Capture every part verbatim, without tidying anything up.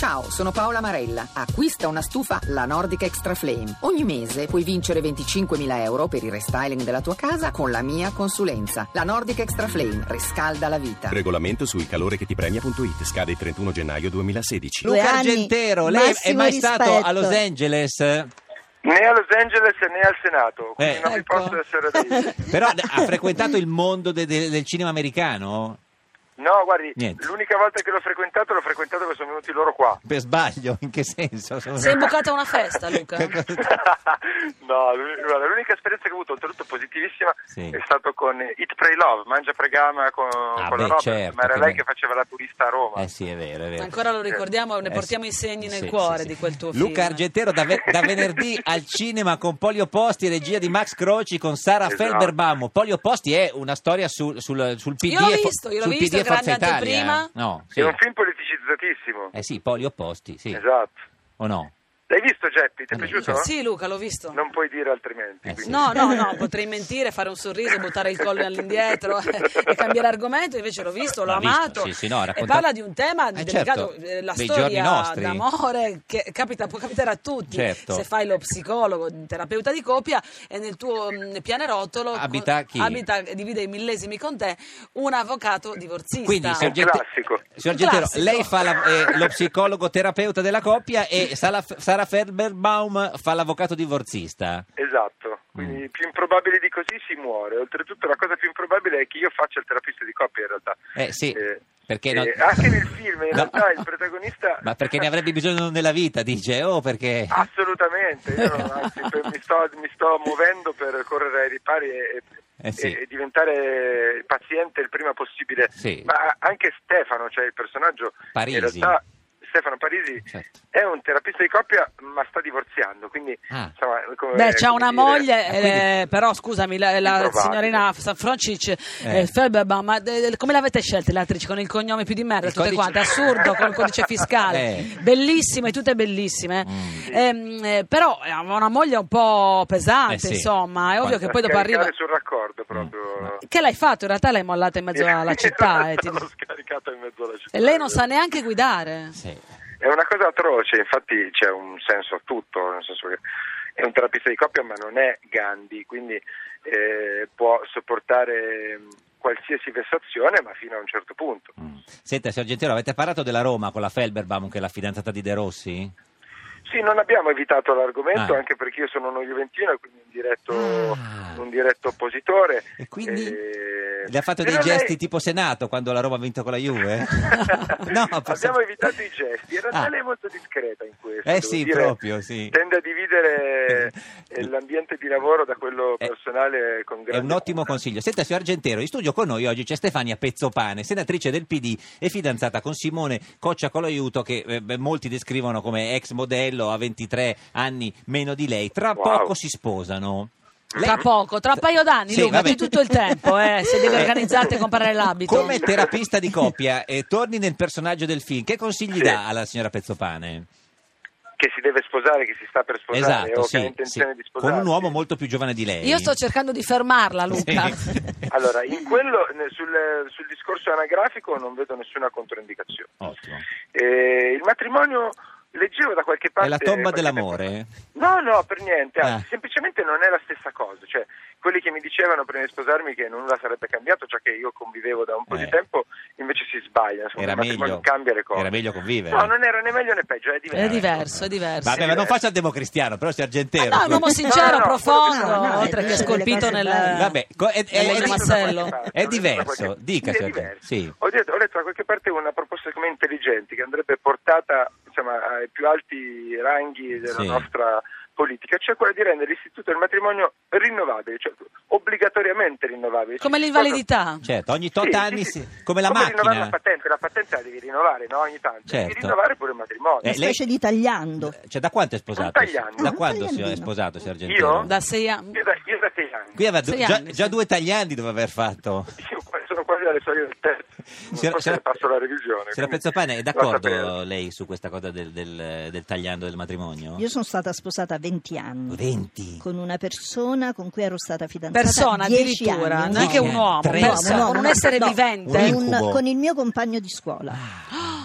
Ciao, sono Paola Marella. Acquista una stufa La Nordic Extra Flame. Ogni mese puoi vincere venticinquemila euro per il restyling della tua casa con la mia consulenza. La Nordic Extra Flame riscalda la vita. Regolamento su il calore che ti premia punto it. Scade il trentuno gennaio duemilasedici. Luca Argentero, lei è mai rispetto. stato a Los Angeles? Né a Los Angeles né al Senato, quindi Eh, non mi ecco. posso essere dei... Però ha frequentato il mondo de- de- del cinema americano? No, guardi, Niente. l'unica volta che l'ho frequentato l'ho frequentato perché sono venuti loro qua. Per sbaglio? In che senso? Sono- Si è imbucata una festa, Luca? No, l'unica, guarda, l'unica esperienza che ho avuto, oltretutto positivissima, Sì. è stato con Eat, Pray, Love, Mangia, Pregama con, Ah, con beh, la Robert, certo, ma era che lei bello. che faceva la turista a Roma. Eh sì, è vero, è vero. Ancora lo ricordiamo, ne Eh, portiamo sì. i segni nel Sì, cuore sì, sì. di quel tuo Luca film. Argentero da, ve- da venerdì al cinema con Polioposti, regia di Max Croci con Sara Esatto. Felberbaum. Polioposti è una storia sul, sul, sul P D Io l'ho e fo- visto, io l'ho sul visto, P D e Forza grande Italia. anteprima. No, sì. È un film politicizzatissimo. Eh sì, Polioposti, sì. Esatto. O no? L'hai visto, Geppi? Ti è Eh, piaciuto? Sì, Luca, l'ho visto. Non puoi dire altrimenti. Eh, quindi. No, no, no, potrei mentire, fare un sorriso, buttare il collo all'indietro e cambiare argomento, invece l'ho visto, l'ho L'ha visto, amato. sì, sì, no, ha E raccontato- parla di un tema Eh, delicato, certo, eh, la dei giorni storia nostri. d'amore che capita, può capitare a tutti. Certo. Se fai lo psicologo, terapeuta di coppia e nel tuo mh, pianerottolo Abita chi? abita e divide i millesimi con te un avvocato divorzista. Quindi, Un signor Gente- classico. signor Un Gentero, classico. lei fa la- eh, lo psicologo terapeuta della coppia e Sara, Sara Felberbaum fa l'avvocato divorzista. Esatto, quindi Mm. più improbabile di così si muore. Oltretutto la cosa più improbabile è che io faccia il terapista di coppia in realtà. Eh sì, Eh, perché eh, no- anche nel film in No. realtà il protagonista... Ma perché ne avrebbe bisogno nella vita, dice, oh perché... Assolutamente, io non- anzi, per- mi, sto, mi sto muovendo per correre ai ripari e, Eh sì. e- e diventare paziente il prima possibile. Sì. Ma anche Stefano, cioè il personaggio, Parisi. in realtà Stefano Parisi Certo. è un terapista di coppia ma sta divorziando, quindi Ah. insomma, come, Beh, c'ha come una dire- moglie, Ah, quindi- eh, però scusami, la, la Improbabile. signorina Francic Eh. eh. Felberbaum, ma de- come l'avete scelta le attrici? Con il cognome più di merda, Il tutte codice- quante, assurdo, con il codice fiscale, Eh. bellissime, tutte bellissime. Mm. Ehm, eh, però aveva una moglie un po' pesante, Eh sì. insomma, è ovvio Quando- che poi dopo scaricare arriva... sul raccordo Mm. proprio. Che l'hai fatto? In realtà l'hai mollata in mezzo alla città. e, ti- L'ho scaricata in mezzo alla città. e lei non sa neanche guidare. Sì. È una cosa atroce, infatti c'è un senso a tutto, nel senso che è un terapista di coppia ma non è Gandhi, quindi eh, può sopportare mh, qualsiasi vessazione ma fino a un certo punto. Mm. Senta, signor Gentero, avete parlato della Roma con la Felberbaum, che è la fidanzata di De Rossi? Sì, non abbiamo evitato l'argomento Ah. anche perché io sono uno juventino e quindi un diretto, Ah. un diretto oppositore. E quindi Eh, le ha fatto dei però gesti lei- tipo Senato quando la Roma ha vinto con la Juve? No, abbiamo pensavo- evitato i gesti, in realtà Ah. lei è molto discreta in questo. Eh devo sì, dire. proprio, sì. Tende a dividere eh, l'ambiente di lavoro da quello Eh, personale con grande È un ottimo cura. consiglio. Senta, signor Argentero, in studio con noi oggi c'è Stefania Pezzopane, senatrice del P D e fidanzata con Simone Coccia Colaiuto, che eh, beh, molti descrivono come ex modello, ha ventitré anni meno di lei. Tra Wow. poco si sposano. Tra poco, tra un paio d'anni, Sì, Luca, vabbè. c'è tutto il tempo, eh, se devi Eh, organizzarti e comprare l'abito. Come terapista di coppia, eh, torni nel personaggio del film, che consigli Sì. dà alla signora Pezzopane? Che si deve sposare, che si sta per sposare Esatto, o che sì, ha sì. intenzione di Con sposare. un uomo molto più giovane di lei. Io sto cercando di fermarla, Luca. Sì. Allora, in quello, ne- sul, sul discorso anagrafico non vedo nessuna controindicazione. Ottimo. Eh, il matrimonio, leggevo da qualche parte... È la tomba qualche dell'amore? tempo fa. No, no, per niente, anzi, Ah. semplicemente non è la stessa cosa. Cioè, quelli che mi dicevano prima di sposarmi che nulla sarebbe cambiato, già che io convivevo da un po' Eh. di tempo, invece si sbaglia. Insomma, Era il matrimonio meglio, cambia le cose. era meglio convivere. No, non era né meglio né peggio, è diverso. È diverso, è diverso. Vabbè, ma non faccia il democristiano, però sia Argentero. Ah, no, è un uomo sincero, No, no, profondo, quello che- oltre no, no, che delle scolpito cose nel... belle. Vabbè, co- è, è- Ho è- letto è- da Marcello. qualche parte, È ho letto da diverso, qualche- dica, sì, è signor- diverso. sì. Ho, detto, ho letto da qualche parte una proposta come intelligente che andrebbe portata insomma, ai più alti ranghi della Sì. nostra politica, cioè quella di rendere l'istituto del matrimonio rinnovabile, cioè obbligatoriamente rinnovabile. Come l'invalidità. Certo, ogni tot Sì, anni, sì, si- sì. come la rinnovare macchina. la patente, la patente la devi rinnovare, no? Ogni tanto. Devi Certo. rinnovare pure il matrimonio. Eh, Una lei- specie di tagliando. Cioè, da quanto è sposato? Un tagliando. Da Un quando si è tagliandino. sposato, signor Argentero? Io? Da sei anni. Io da, io da sei anni. Qui aveva du- Sei già, anni, già sì. due tagliandi doveva aver fatto. Io sono quasi alle soglie del terzo. Non Signora- so se signora- ne passo la revisione. Signora quindi Pezzopane, è va a d'accordo sapere. lei su questa cosa del, del- del tagliando del matrimonio? Io sono stata sposata venti anni venti. con una persona con cui ero stata fidanzata Persona dieci addirittura, anni. non è che un No. uomo, Tre- persona, No, no, un no, essere no. vivente. Un Con, incubo. con il mio compagno di scuola.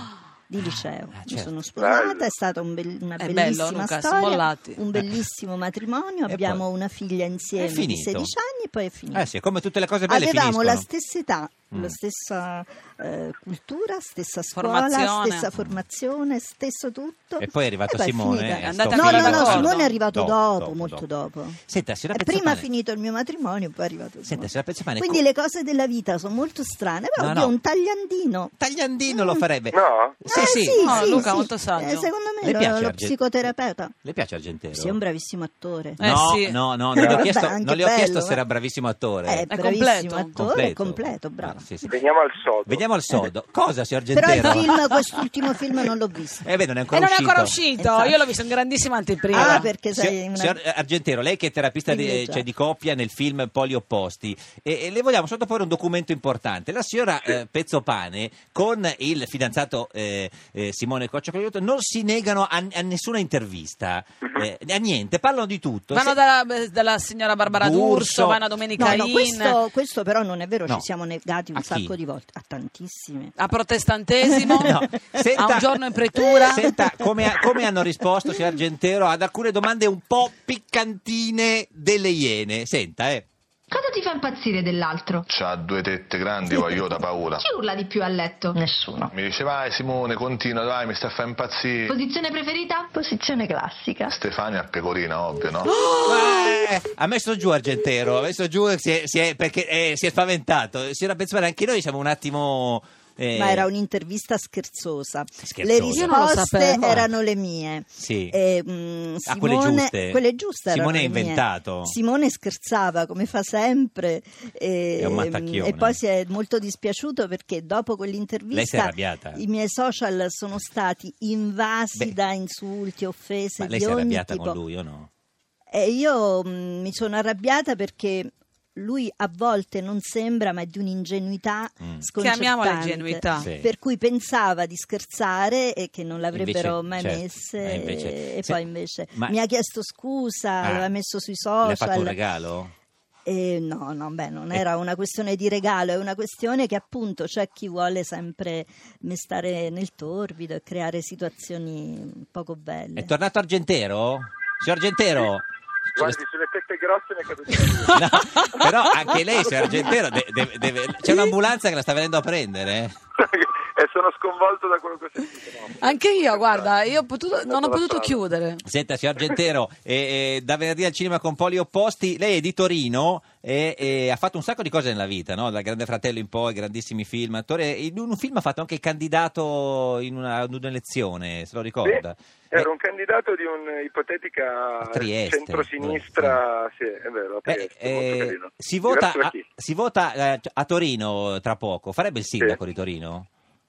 di liceo. Ah, Mi certo. sono sposata, Bello. è stata un bel- una È bello, bellissima Luca, storia, smollati. un bellissimo matrimonio, E abbiamo poi? una figlia insieme È di finito. sedici anni e poi è finito. Eh sì, come tutte le cose belle Avevamo finiscono. la stessa età, Mm. la stessa eh, cultura, stessa scuola, Formazione. stessa formazione, stesso tutto. E poi è arrivato E poi Simone. finita. e È andata sto No, no, finendo. no, d'accordo? Simone è arrivato Dopo, dopo, dopo, molto dopo. dopo. Senta, signora Eh, Prima Pezzopane. è finito il mio matrimonio, poi è arrivato Simone. Senta, signora Pezzopane, Quindi co- le cose della vita sono molto strane, però No, oddio, no. un tagliandino. Tagliandino lo farebbe. No? Sì, Eh, sì. sì, No, sì, Luca, sì. molto saggio. Eh, secondo me Le lo, piace lo Argen- psicoterapeuta. Le piace Argentero? Sì, è un bravissimo attore. Eh, no, sì. no, no, non le ho Vabbè, chiesto, anche non le ho bello, chiesto se eh. era bravissimo attore. È È bravissimo completo. attore, è completo, bravo. Ah, sì, sì. Veniamo al sodo. Vediamo al sodo. Cosa, signor Però il Argentero? film, quest'ultimo film non l'ho visto. Eh beh, non è E ancora non è uscito. ancora uscito, Infatti. io l'ho visto in grandissima anteprima. Ah, perché sei Signor, una... signor Argentero, lei che è terapista di, Privilegiato. cioè, di coppia nel film Poli Opposti, e, e le vogliamo sottoporre un documento importante. La signora eh, Pezzopane con il fidanzato eh, eh, Simone Coccia-Cogliotto non si negano a, a nessuna intervista, eh, a niente, parlano di tutto. Vanno Se- dalla, dalla signora Barbara D'Urso. D'Urso, vanno a Domenica No, no, In, questo, questo però non è vero, No. ci siamo negati un A chi? sacco di volte, a tantissime. a protestantesimo, No, senta- a un giorno in pretura. Senta, come, ha- come hanno risposto, signor Argentero, ad alcune domande un po' piccantine delle Iene. Senta, eh. Cosa ti fa impazzire dell'altro? C'ha due tette grandi, o io da paura. Chi urla di più a letto? Nessuno. Mi dice vai Simone, continua, dai, mi sta a fare impazzire. Posizione preferita? Posizione classica. Stefania Pecorina, ovvio, no? Eh, ha messo giù Argentero, ha messo giù si è, si è- perché eh, si è spaventato. Signora Pezzopane, anche noi siamo un attimo... eh, Ma era un'intervista scherzosa. Scherzosa. Le Io non lo risposte sapevo. erano le mie. Sì. E, mm, Ah, quelle Simone- giuste. quelle giuste erano Simone ha le mie. inventato. Simone scherzava come fa sempre e, È un mattacchione. e poi si è molto dispiaciuto perché dopo Lei si è quell'intervista arrabbiata? i miei social sono stati invasi Beh. da insulti, offese Ma lei di si è ogni arrabbiata tipo. con lui o no? E io mm, mi sono arrabbiata perché lui a volte non sembra, ma è di un'ingenuità Mm. sconcertante. Chiamiamola ingenuità. Sì. Per cui pensava di scherzare e che non l'avrebbero Invece, mai certo, messe eh, invece- e se- poi invece ma- mi ha chiesto scusa, Ah. l'aveva messo sui Le ha fatto un social. regalo? E no, no, beh, non Eh. era una questione di regalo, è una questione che appunto c'è chi vuole sempre stare nel torbido e creare situazioni poco belle. È tornato Argentero? Signor Argentero? Guardi, sulle tette grosse mi è caduto. No, però anche lei, signor Argentero, de- deve- deve- c'è un'ambulanza che la sta venendo a prendere. eh? E sono sconvolto da quello che ho sentito. No. Anche io, guarda, io ho potuto- non ho la potuto strada. chiudere. Senta, signor Argentero, eh, eh, da venerdì al cinema con Poli Opposti, lei è di Torino e, e ha fatto un sacco di cose nella vita, no? Dal Grande Fratello in poi, grandissimi film, attore. In un film ha fatto anche il candidato in una, ad un'elezione, se lo ricorda? Sì, ero un candidato di un'ipotetica A Trieste. centrosinistra, sì, è vero, a Eh, Trieste, eh, molto carino. si vota, Diverso da a, chi? si vota eh, a Torino tra poco, farebbe il sindaco di Torino?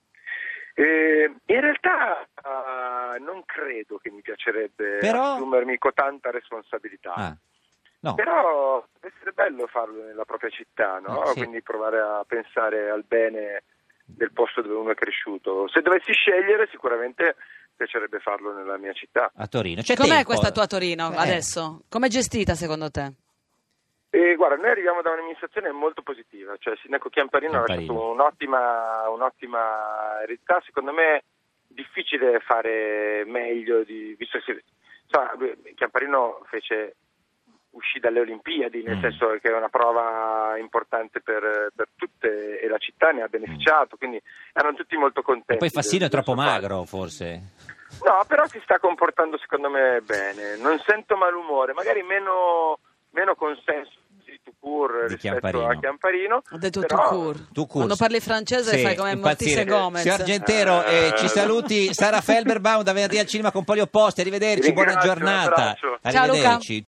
Eh, in realtà ah, non credo che mi piacerebbe Però- assumermi con tanta responsabilità. Ah, no. Però deve essere bello farlo nella propria città, no? Eh, sì. Quindi provare a pensare al bene del posto dove uno è cresciuto. Se dovessi scegliere, sicuramente piacerebbe farlo nella mia città. A Torino. C'è Com'è tempo? questa tua Torino Eh. adesso? Com'è gestita secondo te? E guarda, noi arriviamo da un'amministrazione molto positiva, cioè il sindaco Chiamparino, ha Chiamparino. lasciato un'ottima, un'ottima eredità. Secondo me è difficile fare meglio, di, visto che si- insomma, Chiamparino fece uscì dalle Olimpiadi, nel Mm. senso che è una prova importante per, per tutte e la città ne ha beneficiato, quindi erano tutti molto contenti. E poi Fassino è del- del troppo suo fatto. magro, forse. No, però si sta comportando secondo me bene, non sento malumore, magari meno, meno consenso di Tucur Di rispetto Chiamparino. a Chiamparino. Ho detto però- tout court. Tu curs. Quando parli francese Sì, fai come impazzire. Morticia Gomez. Signor Argentero, eh, ci saluti Sara Felberbaum da venerdì al cinema con Poli Opposti. Arrivederci, Ti buona ringrazio, un giornata. abbraccio. Ciao, Luca. Arrivederci.